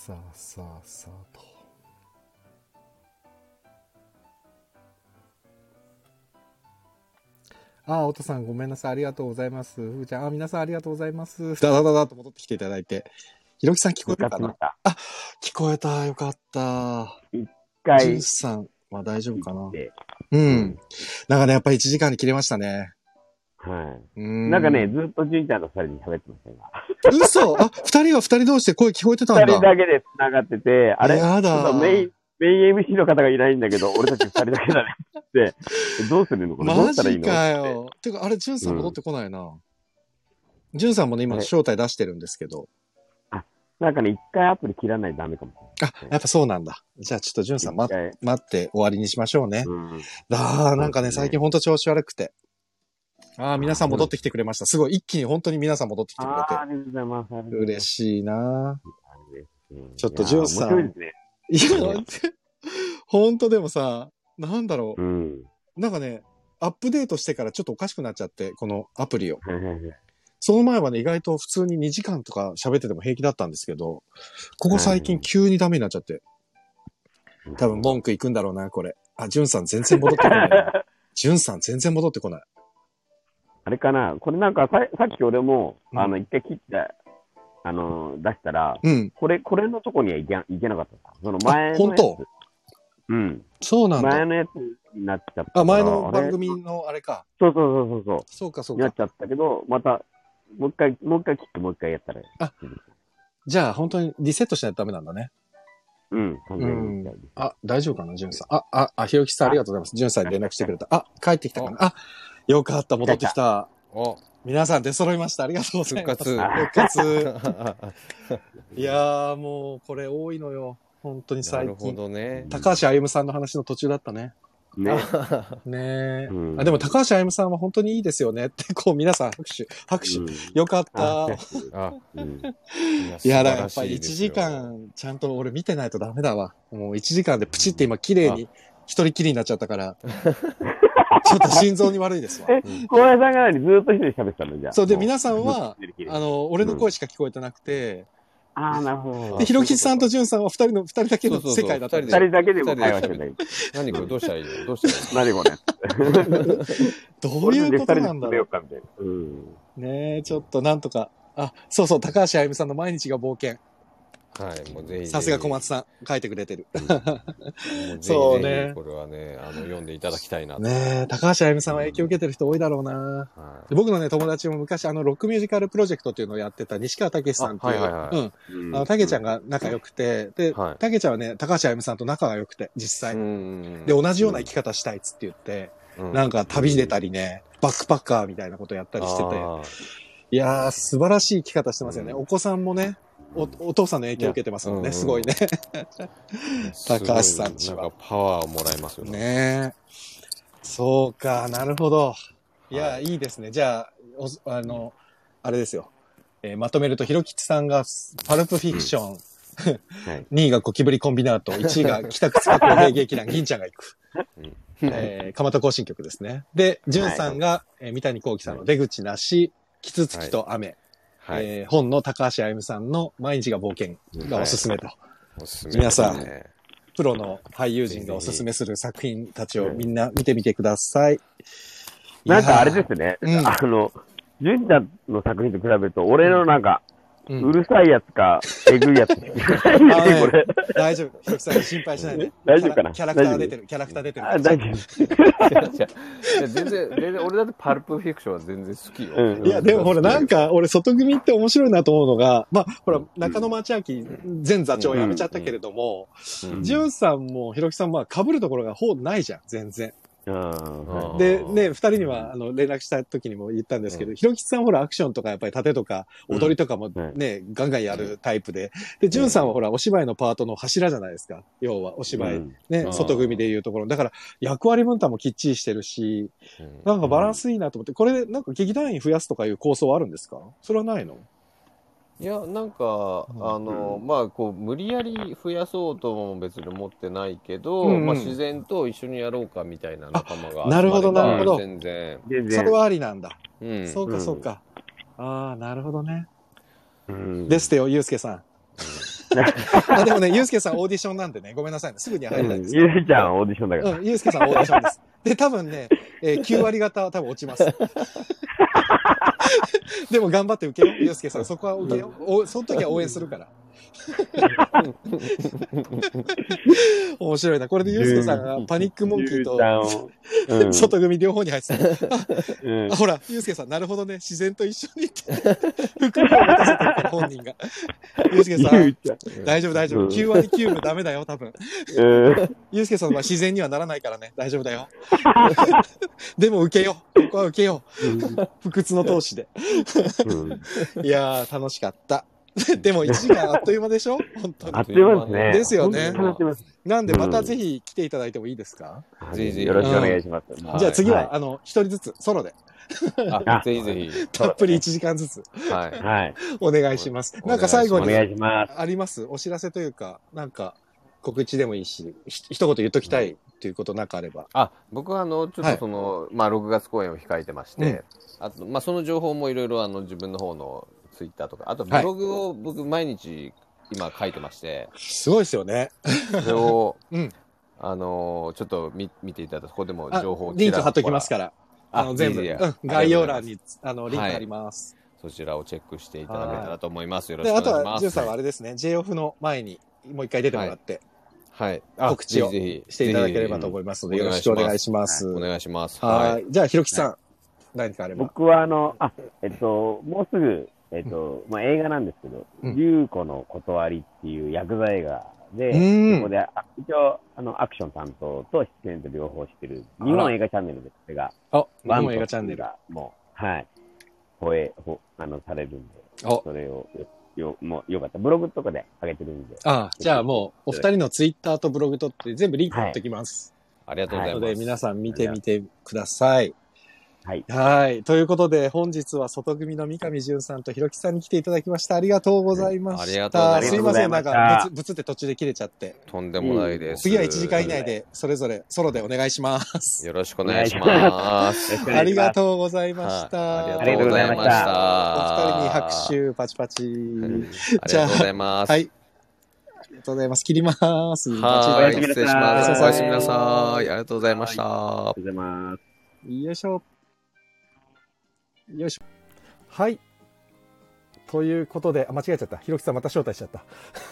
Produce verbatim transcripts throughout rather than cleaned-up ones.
さあさあさあと。あ、おとさんごめんなさい。ありがとうございます。ふーちゃん、あ、皆さんありがとうございます。だだだだと戻ってきていただいて。ひろきさん聞こえるかな？あ、聞こえた。よかった。 一回。 ジュンさんは大丈夫かな？うん。うん。なんかね、やっぱりいちじかんに切れましたね。 はい。うんなんかね、ずっとジュンちゃんと二人で喋ってましたよ、 今。嘘あ、二人は二人同士で声聞こえてたんだ。 二人だけで繋がってて、あれやだ。 メイン、メイン エムシー の方がいないんだけど、俺たち二人だけだねって。どうするのこれどうしたらいいのマジかよ。てか、あれ、ジュンさん戻ってこないな。うん、ジュンさんもね、今、招待出してるんですけど。 あ、なんかね、一回アプリ切らないとダメかもしれない。 あ、やっぱそうなんだ。じゃあ、ちょっとジュンさん、ま、待って終わりにしましょうね。うん、あー、なんかね、最近ほんと調子悪くて。ああ、皆さん戻ってきてくれました。すごい、一気に本当に皆さん戻ってきてくれて。 ありがとうございます。 嬉しいなちょっとジュンさん。面白いですね。いや、本当でもさ、なんだろう、うん。なんかね、アップデートしてからちょっとおかしくなっちゃって、このアプリを。その前はね、意外と普通ににじかんとか喋ってても平気だったんですけど、ここ最近急にダメになっちゃって。多分文句いくんだろうな、これ。あ、ジュンさん全然戻ってこない。ジュンさん全然戻ってこない。 あれかなこれなんかさ、さっき俺も、うん、あの、一回切って、あの、出したら、うん、これ、これのとこにはいけいけなかった。その前のやつ。本当うん。そうなんだ。前のやつになっちゃった。 あ、前の番組のあれか。 そうそうそうそう。 そうかそうか。 なっちゃったけど、また、もう一回、もう一回切ってもう一回やったら。 あ、じゃあ本当にリセットしないとダメなんだね。 うん、完全に。 あ、大丈夫かな、ジュンさん。あ、あ、あ、ひろきさんありがとうございます。ジュンさんに連絡してくれた。あ、帰ってきたかな。あ、よかった、戻ってきた。お皆さん出揃いました。ありがとうございます。復活。復活。いやー、もう、これ多いのよ。本当に最近。なるほどね。高橋歩さんの話の途中だったね。ね。ねえ、うん。あ、でも高橋歩さんは本当にいいですよねって、こう皆さん拍手、拍手。うん、よかった。あうん、いや、だからやっぱりいちじかんちゃんと俺見てないとダメだわ。もういちじかんでプチって今綺麗に一人きりになっちゃったから。ちょっと心臓に悪いですわ。 え、小林さんがずっと一人で喋ってたのじゃあ。 そうで、皆さんは、あの、俺の声しか聞こえてなくて、 うん、ああ、なるほど。 で、ひろきさんとじゅんさんは二人の、二人だけの世界だったんで。 二人だけでも会話してない。 何これどうしたらいいのどうしたらいいの何これどういうことなんだろう。うん、ねえ、ちょっとなんとか。あ、そうそう、高橋歩さんの毎日が冒険。 はい、もうぜひ。 さすが小松さん、書いてくれてる。 うん、もうそうね。これはね、あの、読んでいただきたいなと。 ねえ、高橋歩さんは影響を受けてる人多いだろうな、うんはい、僕のね、友達も昔、あの、ロックミュージカルプロジェクトっていうのをやってた西川武さんっていう、はいはいはい、うん。あの、竹ちゃんが仲良くて、で、はい、竹ちゃんはね、高橋歩さんと仲が良くて、実際。で、同じような生き方したいっつって言って、うん、なんか旅出たりね、バックパッカーみたいなことやったりしてて。いやー、素晴らしい生き方してますよね。うん、お子さんもね、お, お父さんの影響を受けてますもんね。うんうん、すごいね。高橋さんちは。 なんかパワーをもらえますよね。ねそうか、なるほど。いや、はい、いいですね。じゃあ、おあの、あれですよ。えー、まとめると、ひろきちさんがパルプフィクション、うんはい、にいがゴキブリコンビナート、いちいが北草公平劇団銀ちゃんが行く。うんえー、蒲田行進曲ですね。で、じゅんさんが、はい、えー、三谷幸喜さんの出口なし、キツツキと雨。はいはいえー、本の高橋歩さんの毎日が冒険がおすすめと。はい、おすすめですね、皆さん、プロの俳優陣がおすすめする作品たちをみんな見てみてください。 なんかあれですね、うん、あの、純ちゃんの作品と比べると、俺のなんか、うん、うるさいやつか、えぐいやつか。 これ大丈夫。ひろきさん心配しないで。 大丈夫かなキャラクター出てる。キャラクター出てる。 あ、大丈夫。 全然、全然、俺だってパルプフィクションは全然好きよ。うん、 いや、でもほら、なんか、俺、外組って面白いなと思うのが、まあ、ほら、中野町明前座長辞めちゃったけれども、ジュンさんもひろきさんも、まあ、被るところがほぼないじゃん、全然。で、ね、二人には、あの、連絡した時にも言ったんですけど、ひろきさんほら、アクションとか、やっぱり盾とか、踊りとかもね、うん、ガンガンやるタイプで、で、ジュンさんはほら、お芝居のパートの柱じゃないですか。要は、お芝居。うん、ね、外組でいうところ。だから、役割分担もきっちりしてるし、なんかバランスいいなと思って、これ、なんか劇団員増やすとかいう構想はあるんですか？それはないの？ いや、なんか、あの、うん、まあ、こう、無理やり増やそうとも別に思ってないけど、うんうん、まあ、自然と一緒にやろうかみたいな仲間が。 なるほど、なるほど。 全然。 それはありなんだ。うん、そうか、そうか。うん、ああ、なるほどね。うん、ですってよ、ゆうすけさん。 あでもね、ゆうすけさんオーディションなんでね、ごめんなさいね。すぐには入れないです。 ゆうすけちゃんオーディションだから。 うん、ゆうすけさんオーディションです。で、多分ね、えー、きゅう割方は多分落ちます。でも頑張って受けよう、ゆうすけさん。そこは受けよう。おその時は応援するから。面白いな。これでゆうすけさんがパニックモンキーと、うん、外組両方に入ってた、うんあ。ほら、ゆうすけさん、なるほどね。自然と一緒にって。含みを持たせてるから、本人が。ゆうすけさん、大丈夫大丈夫。きゅう割きゅうぶダメだよ、多分。ゆうすけさんは自然にはならないからね。大丈夫だよ。でも受けよう。ここは受けよう。不屈の闘志で。いやー、楽しかった。でもいちじかんあっという間でしょ本当に。 あっという間ですね。 ですよね。なんでまたぜひ来ていただいてもいいですか、 うん、ぜひぜひ。よろしくお願いします。 うん、じゃあ次は、はい、あの、一人ずつ、ソロで。 あ、ぜひぜひ。 たっぷりいちじかんずつ。 はい。 はい。 お願いします。なんか最後に、 お願いします。 ありますお知らせというか、なんか、告知でもいいし、ひ一言言っときたいということなんかあれば。 あ、僕はあの、ちょっとその、はい、まあ、ろくがつ公演を控えてまして、うん、あと、まあ、その情報もいろいろあの、自分の方の、ツイッターとか、あとブログを僕毎日今書いてまして、 はい、すごいですよね。 それを、うん、あのー、ちょっと見見ていただいて、ここでも情報をリンク貼っときますから、あの全部、うん、概要欄にあのリンク貼ります、 はい。そちらをチェックしていただけたらと思います。よろしくお願いします。 で、あとは、ジュンさんはあれですね、J オフの前にもう一回出てもらって、 はい、はい、 告知をしていただければと思いますので、よろしくお願いします。 お願いします。 はい。じゃあ、ひろきさん、はい、何かあれば。 僕はあの、あ、えっと、もうすぐ、えっと、まあ、映画なんですけど、龍子の断りっていうヤクザ映画で、うん、そこで、あ一応、あの、アクション担当と出演と両方してる、日本映画チャンネルで、これが、 あ、日本映画チャンネルが、もう、はい、放映、ほあの、されるんで、それを、よ、もう、よかった。ブログとかで上げてるんで。 ああ、じゃあもう、お二人のツイッターとブログとって全部リンク貼ってきます。 はい、ありがとうございます。 ので、皆さん見てみてください。 はい。 はい。ということで、本日は外組の三上淳さんとひろきさんに来ていただきました。ありがとうございました。ありがとうございます。すいません、なんか、ぶつ、ぶつって途中で切れちゃって。 とんでもないです。 次はいちじかん以内で、それぞれソロでお願いします。 よろしくお願いします。 ありがとうございました。 ありがとうございました。 お二人に拍手、パチパチ。 ありがとうございます。 はい。ありがとうございます。切ります。 はい。失礼します。おやすみなさい。ありがとうございました。 ありがとうございます。 よいしょ。よいしょ。はい。ということで、あ、間違えちゃった。ひろきさんまた招待しちゃった。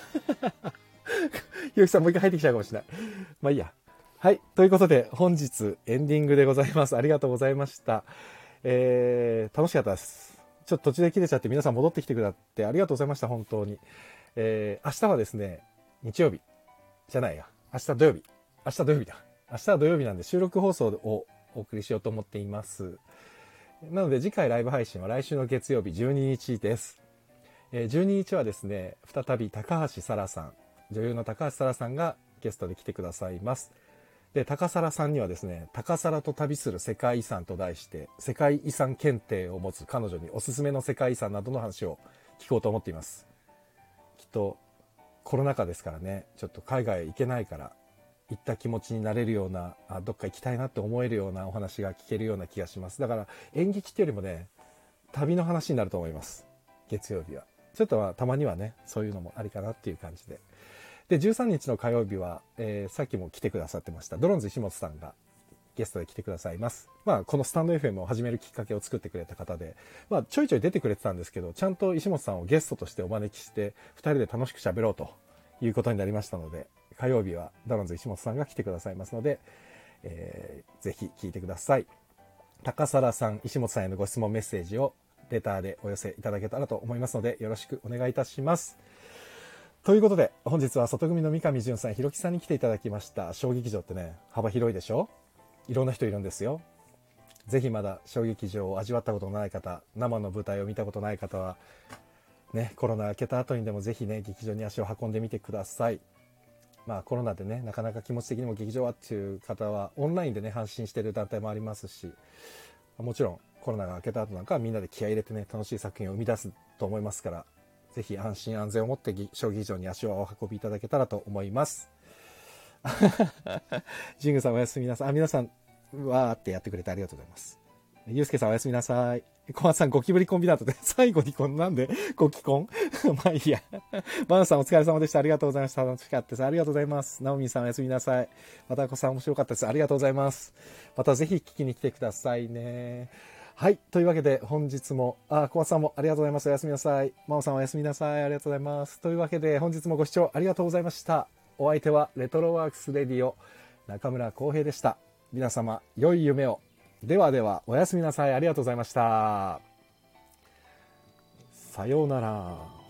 ひろきさんもう一回入ってきちゃうかもしれない。まあいいや。はい。ということで、本日エンディングでございます。ありがとうございました。えー、楽しかったです。ちょっと途中で切れちゃって皆さん戻ってきてくださってありがとうございました。本当に。えー、明日はですね、日曜日。じゃないや。明日土曜日。明日土曜日だ。明日は土曜日なんで収録放送をお送りしようと思っています。なので次回ライブ配信は来週の月曜日じゅうににちです。じゅうににちはですね、再び高橋沙羅さん、女優の高橋沙羅さんがゲストで来てくださいます。で、高沙羅さんにはですね、高沙羅と旅する世界遺産と題して、世界遺産検定を持つ彼女におすすめの世界遺産などの話を聞こうと思っています。きっとコロナ禍ですからね、ちょっと海外行けないから、行った気持ちになれるような、あ、どっか行きたいなって思えるようなお話が聞けるような気がします。だから演劇っていうよりもね、旅の話になると思います。月曜日は。ちょっとまあたまにはね、そういうのもありかなっていう感じで。で、じゅうさんにちの火曜日は、えー、さっきも来てくださってました、ドロンズ石本さんがゲストで来てくださいます。まあ、このスタンド エフエム を始めるきっかけを作ってくれた方で、まあ、ちょいちょい出てくれてたんですけど、ちゃんと石本さんをゲストとしてお招きして、ふたりで楽しく喋ろうということになりましたので、火曜日はドロンズ石本さんが来てくださいますので、えー、ぜひ聞いてください。高沙羅さん、石本さんへのご質問メッセージをレターでお寄せいただけたらと思いますので、よろしくお願いいたします。ということで、本日は外組の三上淳さん、ひろきさんに来ていただきました。小劇場ってね、幅広いでしょ？いろんな人いるんですよ。ぜひまだ小劇場を味わったことのない方、生の舞台を見たことない方は、ね、コロナ明けた後にでもぜひね、劇場に足を運んでみてください。まあコロナでね、なかなか気持ち的にも劇場はっていう方はオンラインでね、発信している団体もありますし、もちろんコロナが明けた後なんかはみんなで気合い入れてね、楽しい作品を生み出すと思いますから、ぜひ安心安全を持って小劇場に足をお運びいただけたらと思います。ジングさんおやすみなさい。あ、皆さんわーってやってくれてありがとうございます。ゆうすけさんおやすみなさい。小松さんゴキブリコンビナートで最後にこのなんでゴキコンまあいいや。バンさんお疲れ様でした。ありがとうございました。楽しかったです。ありがとうございます。ナオミンさんおやすみなさい。またこさん面白かったです。ありがとうございます。またぜひ聞きに来てくださいね。はい。というわけで本日も、あ、小松さんもありがとうございます。おやすみなさい。マオさんおやすみなさい。ありがとうございます。というわけで本日もご視聴ありがとうございました。お相手はレトロワークスレディオ中村浩平でした。皆様良い夢を。ではではおやすみなさい。ありがとうございました。さようなら。